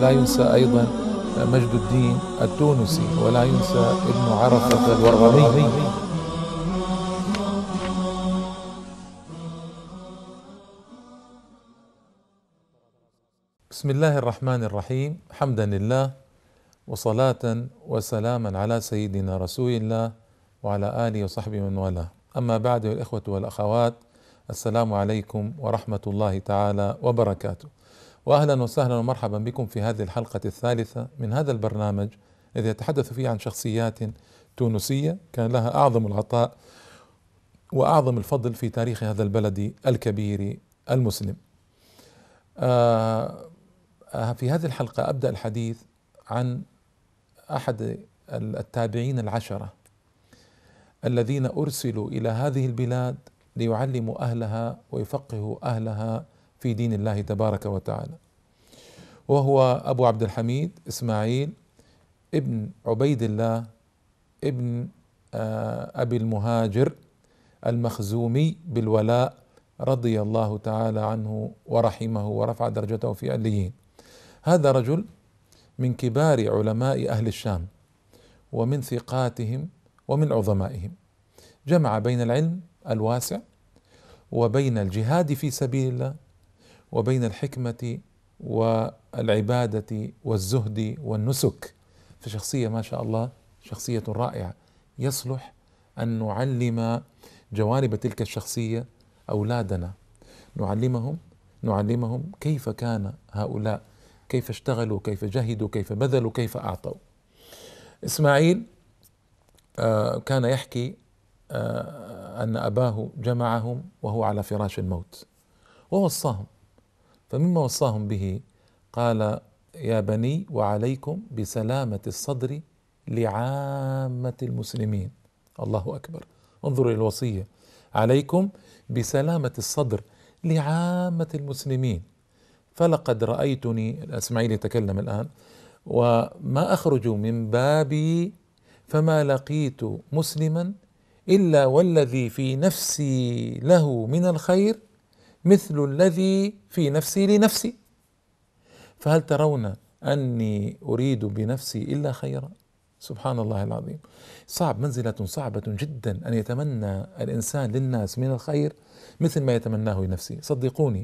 ولا ينسى أيضا مجد الدين التونسي، ولا ينسى ابن عرفة الورغمي. بسم الله الرحمن الرحيم، حمدا لله وصلاة وسلاما على سيدنا رسول الله وعلى آله وصحبه من والاه. أما بعد، الإخوة والأخوات، السلام عليكم ورحمة الله تعالى وبركاته، وأهلا وسهلا ومرحبا بكم في هذه الحلقة الثالثة من هذا البرنامج الذي يتحدث فيه عن شخصيات تونسية كان لها أعظم العطاء وأعظم الفضل في تاريخ هذا البلد الكبير المسلم. في هذه الحلقة أبدأ الحديث عن أحد التابعين العشرة الذين أرسلوا إلى هذه البلاد ليعلموا أهلها ويفقهوا أهلها في دين الله تبارك وتعالى، وهو أبو عبد الحميد إسماعيل ابن عبيد الله ابن أبي المهاجر المخزومي بالولاء، رضي الله تعالى عنه ورحمه ورفع درجته في عليين. هذا رجل من كبار علماء أهل الشام ومن ثقاتهم ومن عظمائهم، جمع بين العلم الواسع وبين الجهاد في سبيل الله وبين الحكمة والعبادة والزهد والنسك. فشخصية ما شاء الله، شخصية رائعة، يصلح أن نعلم جوانب تلك الشخصية أولادنا، نعلمهم كيف كان هؤلاء، كيف اشتغلوا، كيف جهدوا، كيف بذلوا، كيف أعطوا. إسماعيل كان يحكي أن أباه جمعهم وهو على فراش الموت ووصاهم، فمما وصاهم به قال: يا بني وعليكم بسلامة الصدر لعامة المسلمين. الله أكبر، انظروا إلى الوصية، عليكم بسلامة الصدر لعامة المسلمين. فلقد رأيتني، الإسماعيلي يتكلم الآن، وما أخرج من بابي فما لقيت مسلما إلا والذي في نفسي له من الخير مثل الذي في نفسي لنفسي، فهل ترون أني أريد بنفسي إلا خيرا؟ سبحان الله العظيم. صعب، منزلة صعبة جدا أن يتمنى الإنسان للناس من الخير مثل ما يتمناه لنفسه. صدقوني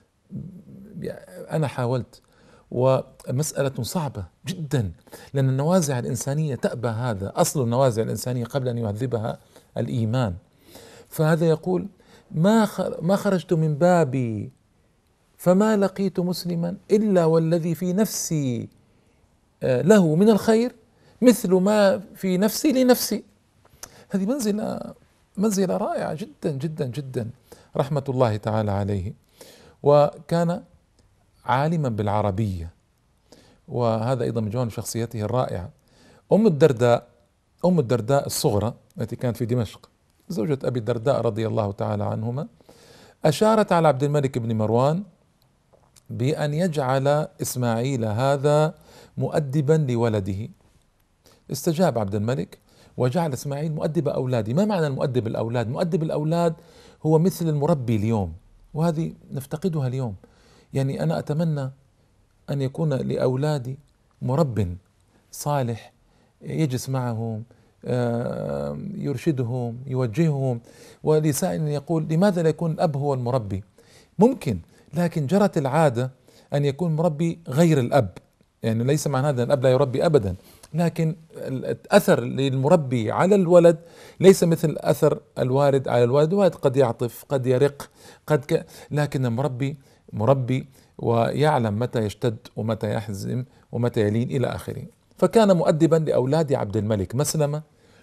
أنا حاولت، ومسألة صعبة جدا، لأن النوازع الإنسانية تأبى هذا، أصل النوازع الإنسانية قبل أن يهذبها الإيمان. فهذا يقول: ما خرجت من بابي فما لقيت مسلما إلا والذي في نفسي له من الخير مثل ما في نفسي لنفسي. هذه منزلة رائعة جدا جدا جدا، رحمة الله تعالى عليه. وكان عالما بالعربية، وهذا أيضا من جوانب شخصيته الرائعة. أم الدرداء الصغرى التي كانت في دمشق، زوجة أبي الدرداء رضي الله تعالى عنهما، أشارت على عبد الملك بن مروان بأن يجعل إسماعيل هذا مؤدبا لولده. استجاب عبد الملك وجعل إسماعيل مؤدب أولاده. ما معنى المؤدب الأولاد؟ مؤدب الأولاد هو مثل المربي اليوم، وهذه نفتقدها اليوم. يعني أنا أتمنى أن يكون لأولادي مرب صالح يجلس معهم، يرشدهم، يوجههم. ولسائل يقول: لماذا لا يكون الأب هو المربي؟ ممكن، لكن جرت العادة أن يكون مربي غير الأب. يعني ليس معنى هذا الأب لا يربي أبدا، لكن الأثر للمربي على الولد ليس مثل أثر الوالد على الولد. الوالد قد يعطف، قد يرق، لكن المربي مربي ويعلم متى يشتد ومتى يحزم ومتى يلين إلى آخره. فكان مؤدبا لأولاد عبد الملك مسلمة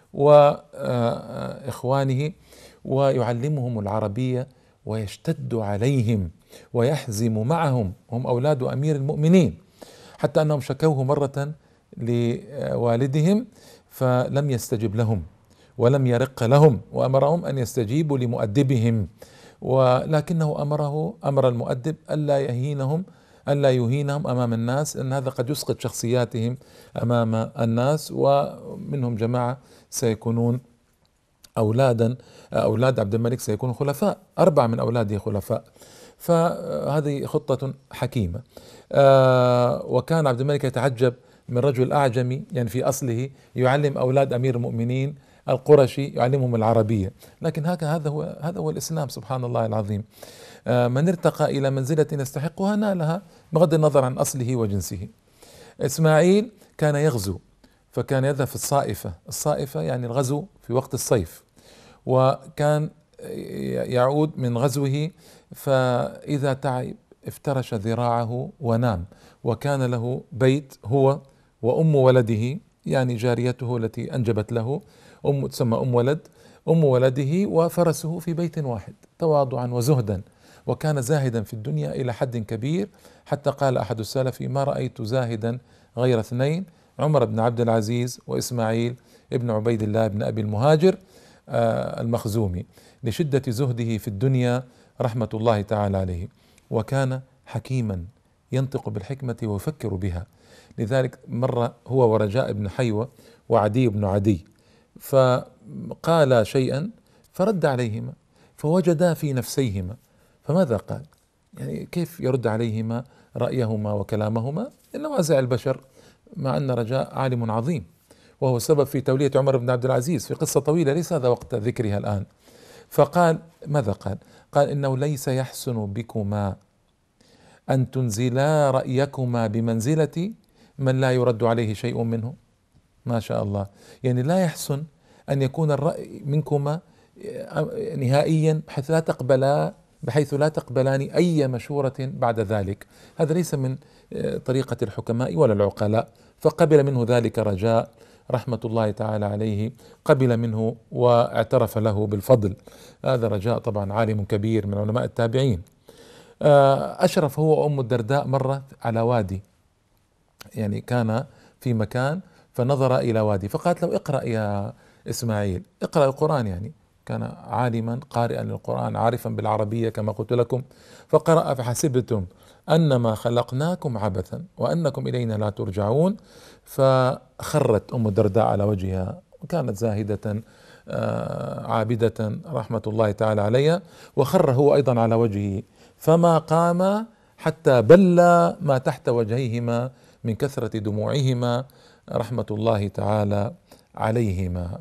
وإخوانه، ويعلمهم العربية ويشتد عليهم ويحزم معهم، هم أولاد أمير المؤمنين، حتى أنهم شكوه مرة لوالدهم فلم يستجب لهم ولم يرق لهم، وأمرهم أن يستجيبوا لمؤدبهم، ولكنه أمر المؤدب ألا يهينهم أمام الناس، أن هذا قد يسقط شخصياتهم أمام الناس. ومنهم جماعة سيكونون أولاد عبد الملك سيكونوا خلفاء، 4 من أولاده خلفاء. فهذه خطة حكيمة. وكان عبد الملك يتعجب من رجل أعجمي يعني في أصله يعلم أولاد أمير المؤمنين القرشي، يعلمهم العربية. لكن هذا هو الإسلام، سبحان الله العظيم. من ارتقى إلى منزلة يستحقها نالها بغض النظر عن أصله وجنسه. إسماعيل كان يغزو، فكان يذهب في الصائفة يعني الغزو في وقت الصيف، وكان يعود من غزوه فإذا تعب افترش ذراعه ونام. وكان له بيت هو وأم ولده، يعني جاريته التي أنجبت له، تسمى أم ولده وفرسه في بيت واحد تواضعا وزهدا. وكان زاهدا في الدنيا إلى حد كبير، حتى قال أحد السلف: ما رأيت زاهدا غير اثنين، عمر بن عبد العزيز وإسماعيل ابن عبيد الله بن أبي المهاجر المخزومي، لشدة زهده في الدنيا رحمة الله تعالى عليه. وكان حكيما ينطق بالحكمة ويفكر بها. لذلك مر هو ورجاء بن حيوة وعدي بن عدي فقال شيئا فرد عليهما، فوجدا في نفسيهما، فماذا قال؟ يعني كيف يرد عليهما رأيهما وكلامهما؟ نوازع البشر، مع أن رجاء عالم عظيم وهو السبب في تولية عمر بن عبد العزيز في قصة طويلة ليس هذا وقت ذكرها الآن. فقال ماذا قال؟ قال: إنه ليس يحسن بكما أن تنزلا رأيكما بمنزلة من لا يرد عليه شيء منه. ما شاء الله، يعني لا يحسن أن يكون الرأي منكما نهائيا بحيث لا تقبلان أي مشورة بعد ذلك. هذا ليس من طريقة الحكماء ولا العقلاء. فقبل منه ذلك رجاء رحمة الله تعالى عليه، قبل منه واعترف له بالفضل. هذا رجاء طبعا عالم كبير من علماء التابعين. أشرف هو وأم الدرداء مرة على وادي، يعني كان في مكان فنظر إلى وادي، فقالت له: اقرأ يا إسماعيل، اقرأ القرآن. يعني كان عالما قارئا للقرآن عارفا بالعربية كما قلت لكم. فقرأ: فحسبتم أنما خلقناكم عبثا وأنكم إلينا لا ترجعون. فخرت أم الدرداء على وجهها، وكانت زاهدة عابدة رحمة الله تعالى عليها، وخر هو أيضا على وجهه، فما قام حتى بل ما تحت وجهيهما من كثرة دموعهما رحمة الله تعالى عليهما.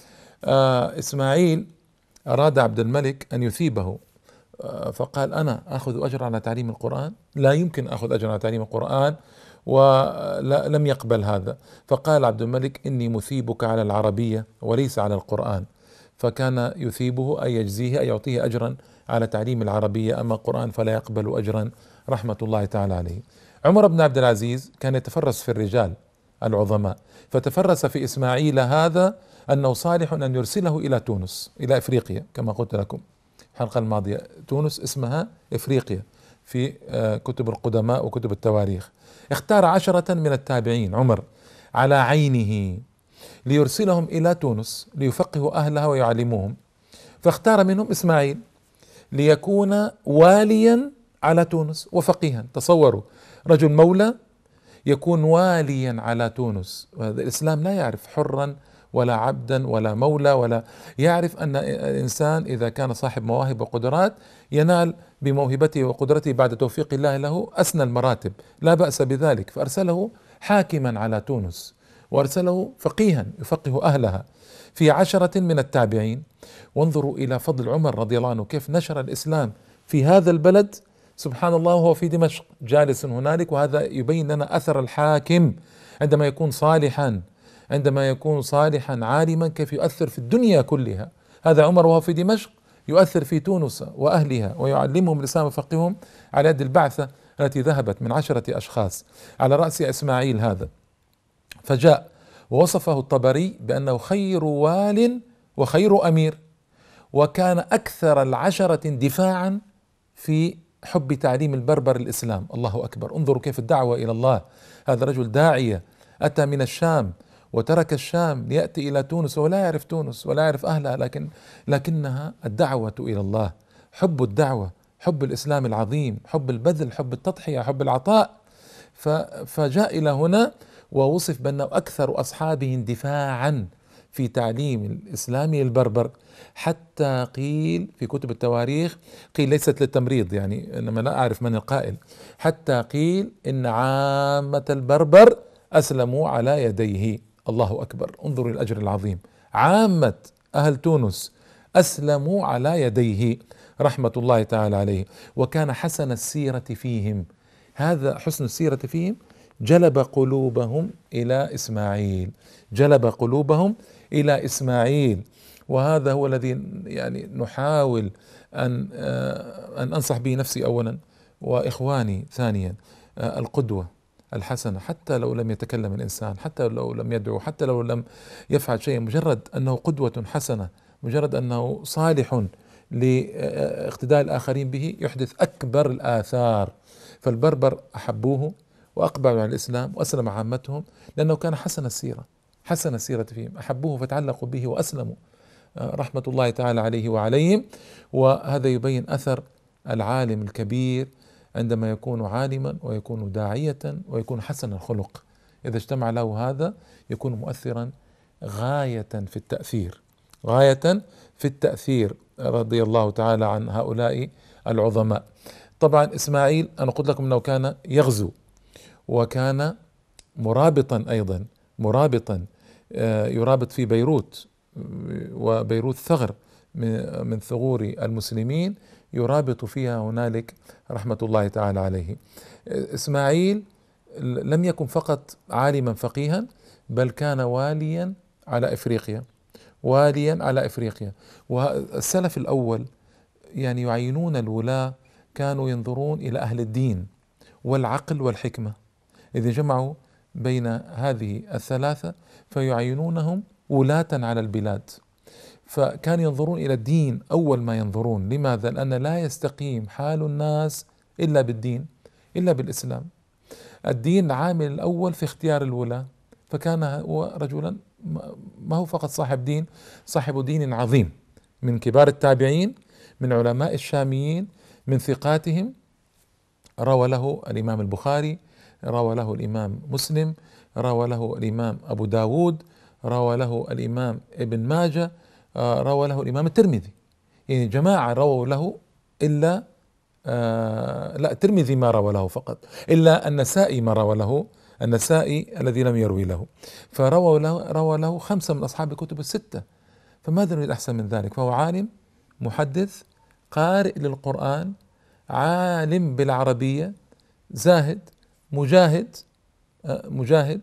إسماعيل أراد عبد الملك أن يثيبه، فقال: أنا أخذ أجر على تعليم القرآن؟ لا يمكن أخذ أجر على تعليم القرآن، ولم يقبل هذا. فقال عبد الملك: إني مثيبك على العربية وليس على القرآن. فكان يثيبه أي يجزيه أي يعطيه أجرا على تعليم العربية، أما القرآن فلا يقبل أجرا رحمة الله تعالى عليه. عمر بن عبد العزيز كان يتفرس في الرجال العظماء، فتفرس في إسماعيل هذا أنه صالح أن يرسله إلى تونس، إلى إفريقيا، كما قلت لكم الحلقة الماضية. تونس اسمها إفريقيا في كتب القدماء وكتب التواريخ. اختار 10 من التابعين عمر على عينه ليرسلهم إلى تونس ليفقهوا أهلها ويعلموهم، فاختار منهم إسماعيل ليكون واليا على تونس وفقيها. تصوروا رجل مولى يكون واليا على تونس. وهذا الإسلام لا يعرف حرا ولا عبدا ولا مولى، ولا يعرف أن الإنسان إذا كان صاحب مواهب وقدرات ينال بموهبته وقدرته بعد توفيق الله له أسنى المراتب، لا بأس بذلك. فأرسله حاكما على تونس، وأرسله فقيها يفقه أهلها في 10 من التابعين. وانظروا إلى فضل عمر رضي الله عنه كيف نشر الإسلام في هذا البلد، سبحان الله، وهو في دمشق جالس هنالك. وهذا يبين لنا أثر الحاكم عندما يكون صالحا، عندما يكون صالحا عالما كيف يؤثر في الدنيا كلها. هذا عمر وهو في دمشق يؤثر في تونس وأهلها ويعلمهم الإسلام ويفقههم على يد البعثة التي ذهبت من 10 أشخاص على رأس إسماعيل هذا. فجاء ووصفه الطبري بأنه خير وال وخير أمير، وكان أكثر 10 دفاعا في حب تعليم البربر الإسلام. الله أكبر، انظروا كيف الدعوة إلى الله. هذا رجل داعية أتى من الشام وترك الشام ليأتي إلى تونس ولا يعرف تونس ولا يعرف أهلها، لكنها الدعوة إلى الله، حب الدعوة، حب الإسلام العظيم، حب البذل، حب التضحية، حب العطاء. فجاء إلى هنا ووصف بأنه أكثر أصحابه اندفاعا في تعليم الإسلام البربر، حتى قيل في كتب التواريخ، قيل ليست للتمريض يعني، إنما لا أعرف من القائل، حتى قيل إن عامة البربر أسلموا على يديه. الله أكبر، انظروا الأجر العظيم، عامة أهل تونس أسلموا على يديه رحمة الله تعالى عليه. وكان حسن السيرة فيهم، هذا حسن السيرة فيهم جلب قلوبهم إلى إسماعيل، جلب قلوبهم إلى إسماعيل. وهذا هو الذي يعني نحاول أن أنصح به نفسي أولا وإخواني ثانيا. القدوة الحسنة، حتى لو لم يتكلم الإنسان، حتى لو لم يدعو، حتى لو لم يفعل شيء، مجرد أنه قدوة حسنة، مجرد أنه صالح لاقتداء الآخرين به، يحدث أكبر الآثار. فالبربر أحبوه وأقبلوا على الإسلام وأسلم عامتهم، لأنه كان حسن السيرة، حسن السيرة فيهم، أحبوه فتعلقوا به وأسلموا رحمة الله تعالى عليه وعليهم. وهذا يبين أثر العالم الكبير عندما يكون عالما ويكون داعية ويكون حسن الخلق، إذا اجتمع له هذا يكون مؤثرا غاية في التأثير، غاية في التأثير، رضي الله تعالى عن هؤلاء العظماء. طبعا إسماعيل أنا قلت لكم أنه كان يغزو، وكان مرابطا أيضا، مرابطا، يرابط في بيروت، وبيروت ثغر من ثغور المسلمين يرابط فيها هنالك رحمة الله تعالى عليه. إسماعيل لم يكن فقط عالما فقيها، بل كان واليا على إفريقيا، واليا على إفريقيا. والسلف الأول يعني يعينون الولاة، كانوا ينظرون إلى أهل الدين والعقل والحكمة، إذا جمعوا بين هذه الثلاثة فيعينونهم ولاة على البلاد. فكانوا ينظرون إلى الدين أول ما ينظرون. لماذا؟ لأن لا يستقيم حال الناس إلا بالدين، إلا بالإسلام. الدين عامل الأول في اختيار الولاة، فكان هو رجلا ما هو فقط صاحب دين، صاحب دين عظيم، من كبار التابعين، من علماء الشاميين، من ثقاتهم، روى له الإمام البخاري، روى له الإمام مسلم، روى له الإمام أبو داود، روى له الإمام ابن ماجة، روى له الإمام الترمذي. يعني جماعة رووا له، إلا لا، الترمذي ما روى له فقط، إلا النسائي ما روى له، النسائي الذي لم يروي له. روى له خمسة من أصحاب الكتب الستة. فماذا نريد أحسن من ذلك؟ فهو عالم، محدث، قارئ للقرآن، عالم بالعربية، زاهد، مجاهد، مجاهد،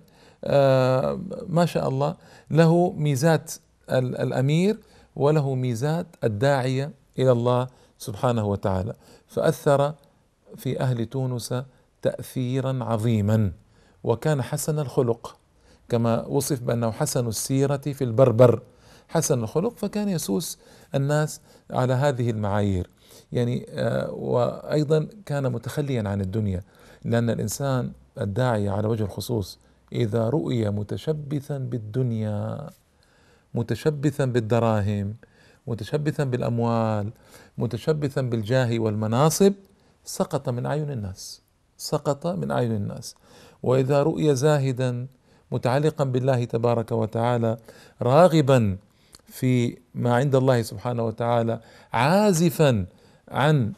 ما شاء الله، له ميزات الأمير وله ميزات الداعية إلى الله سبحانه وتعالى. فأثر في أهل تونس تأثيرا عظيما، وكان حسن الخلق كما وصف بأنه حسن السيرة في البربر، حسن الخلق، فكان يسوس الناس على هذه المعايير يعني. وأيضا كان متخليا عن الدنيا، لأن الإنسان الداعية على وجه الخصوص إذا رؤي متشبثا بالدنيا، متشبثا بالدراهم، متشبثا بالأموال، متشبثا بالجاه والمناصب، سقط من أعين الناس، سقط من أعين الناس. وإذا رؤي زاهدا متعلقا بالله تبارك وتعالى، راغبا في ما عند الله سبحانه وتعالى، عازفا عن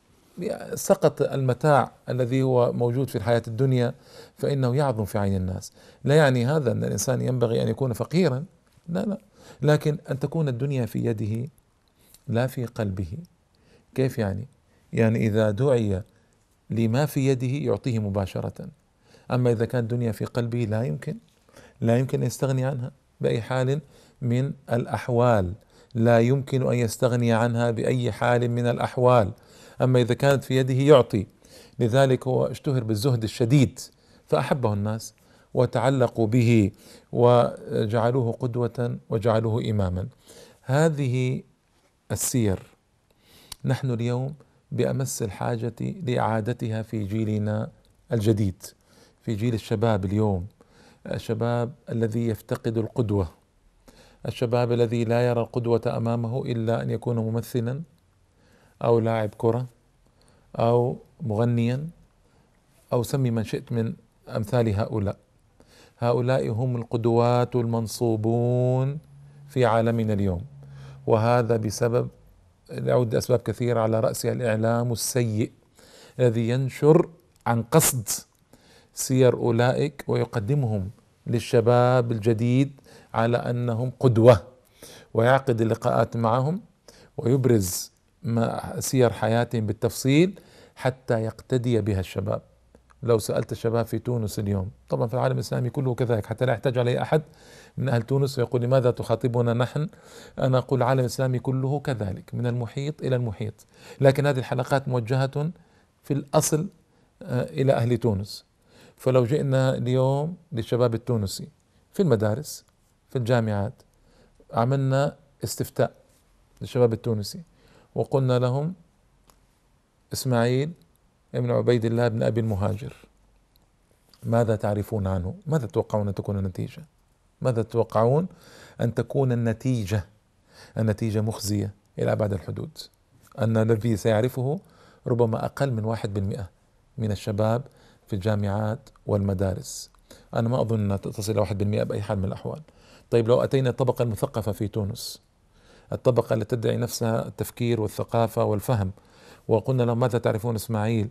سقط المتاع الذي هو موجود في الحياة الدنيا، فإنه يعظم في عين الناس. لا يعني هذا أن الإنسان ينبغي أن يكون فقيرا، لا لا، لكن أن تكون الدنيا في يده لا في قلبه. كيف يعني؟ يعني إذا دعي لما في يده يعطيه مباشرة، أما إذا كانت الدنيا في قلبه لا يمكن، لا يمكن أن يستغني عنها بأي حال من الأحوال، لا يمكن أن يستغني عنها بأي حال من الأحوال. أما إذا كانت في يده يعطي. لذلك هو اشتهر بالزهد الشديد، فأحبه الناس وتعلقوا به وجعلوه قدوة وجعلوه إماما. هذه السير نحن اليوم بأمس الحاجة لإعادتها في جيلنا الجديد، في جيل الشباب اليوم، الشباب الذي يفتقد القدوة، الشباب الذي لا يرى القدوة أمامه إلا أن يكون ممثلا أو لاعب كرة أو مغنيا أو سمي من شئت من أمثال هؤلاء. هؤلاء هم القدوات المنصوبون في عالمنا اليوم، وهذا بسبب، يعود لأسباب كثيرة على رأسها الإعلام السيء الذي ينشر عن قصد سير أولئك ويقدمهم للشباب الجديد على أنهم قدوة، ويعقد اللقاءات معهم ويبرز سير حياتهم بالتفصيل حتى يقتدي بها الشباب. لو سألت الشباب في تونس اليوم، طبعا في العالم الإسلامي كله كذلك، حتى لا يحتاج علي أحد من أهل تونس ويقول لماذا تخاطبنا نحن، أنا أقول العالم الإسلامي كله كذلك من المحيط إلى المحيط، لكن هذه الحلقات موجهة في الأصل إلى أهل تونس. فلو جئنا اليوم للشباب التونسي في المدارس في الجامعات، عملنا استفتاء للشباب التونسي وقلنا لهم إسماعيل ابن عبيد الله بن أبي المهاجر ماذا تعرفون عنه؟ ماذا تتوقعون أن تكون النتيجة؟ ماذا تتوقعون أن تكون النتيجة؟ النتيجة مخزية إلى أبعد الحدود، أن الذي سيعرفه ربما أقل من 1% من الشباب في الجامعات والمدارس. أنا ما أظن أنها تصل إلى 1% بأي حال من الأحوال. طيب لو أتينا الطبقة المثقفة في تونس، الطبقة التي تدعي نفسها التفكير والثقافة والفهم، وقلنا لهم ماذا تعرفون إسماعيل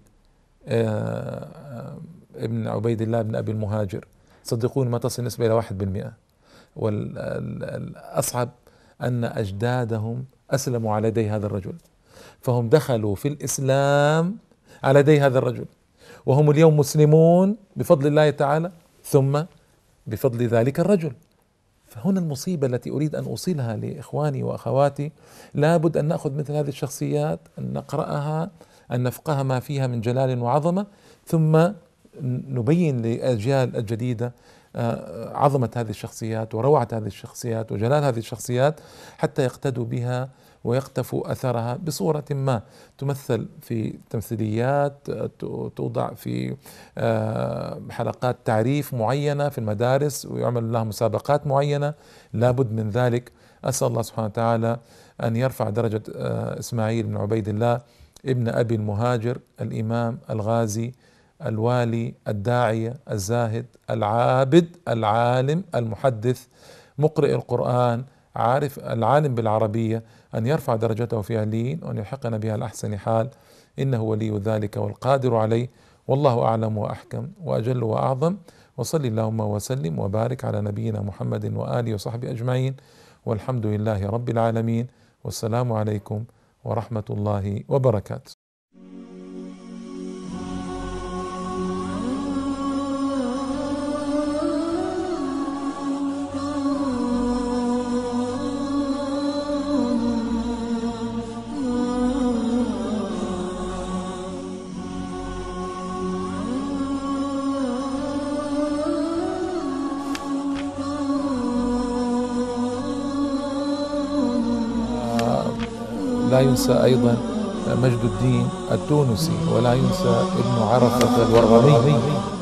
ابن عبيد الله بن أبي المهاجر، صدقوني ما تصل النسبة إلى 1%. والأصعب أن أجدادهم أسلموا على يدي هذا الرجل، فهم دخلوا في الإسلام على يدي هذا الرجل، وهم اليوم مسلمون بفضل الله تعالى ثم بفضل ذلك الرجل. فهنا المصيبة التي أريد أن أوصلها لإخواني وأخواتي، لابد أن نأخذ مثل هذه الشخصيات، أن نقرأها، أن نفقه ما فيها من جلال وعظمة، ثم نبين للأجيال الجديدة عظمة هذه الشخصيات وروعة هذه الشخصيات وجلال هذه الشخصيات، حتى يقتدوا بها ويقتفوا أثرها بصورة ما، تمثل في تمثيليات، توضع في حلقات تعريف معينة في المدارس، ويعمل لها مسابقات معينة. لابد من ذلك. أسأل الله سبحانه وتعالى أن يرفع درجة إسماعيل بن عبيد الله ابن أبي المهاجر، الإمام الغازي الوالي الداعية الزاهد العابد العالم المحدث مقرئ القرآن عارف العالم بالعربية، أن يرفع درجته في عليين وأن يلحقنا بها الأحسن حال، إنه ولي ذلك والقادر عليه، والله أعلم وأحكم وأجل وأعظم. وصلي اللهم وسلم وبارك على نبينا محمد وآله وصحبه أجمعين، والحمد لله رب العالمين، والسلام عليكم ورحمة الله وبركاته. لا ينسى أيضا مجد الدين التونسي، ولا ينسى ابن عرفة الورغمي.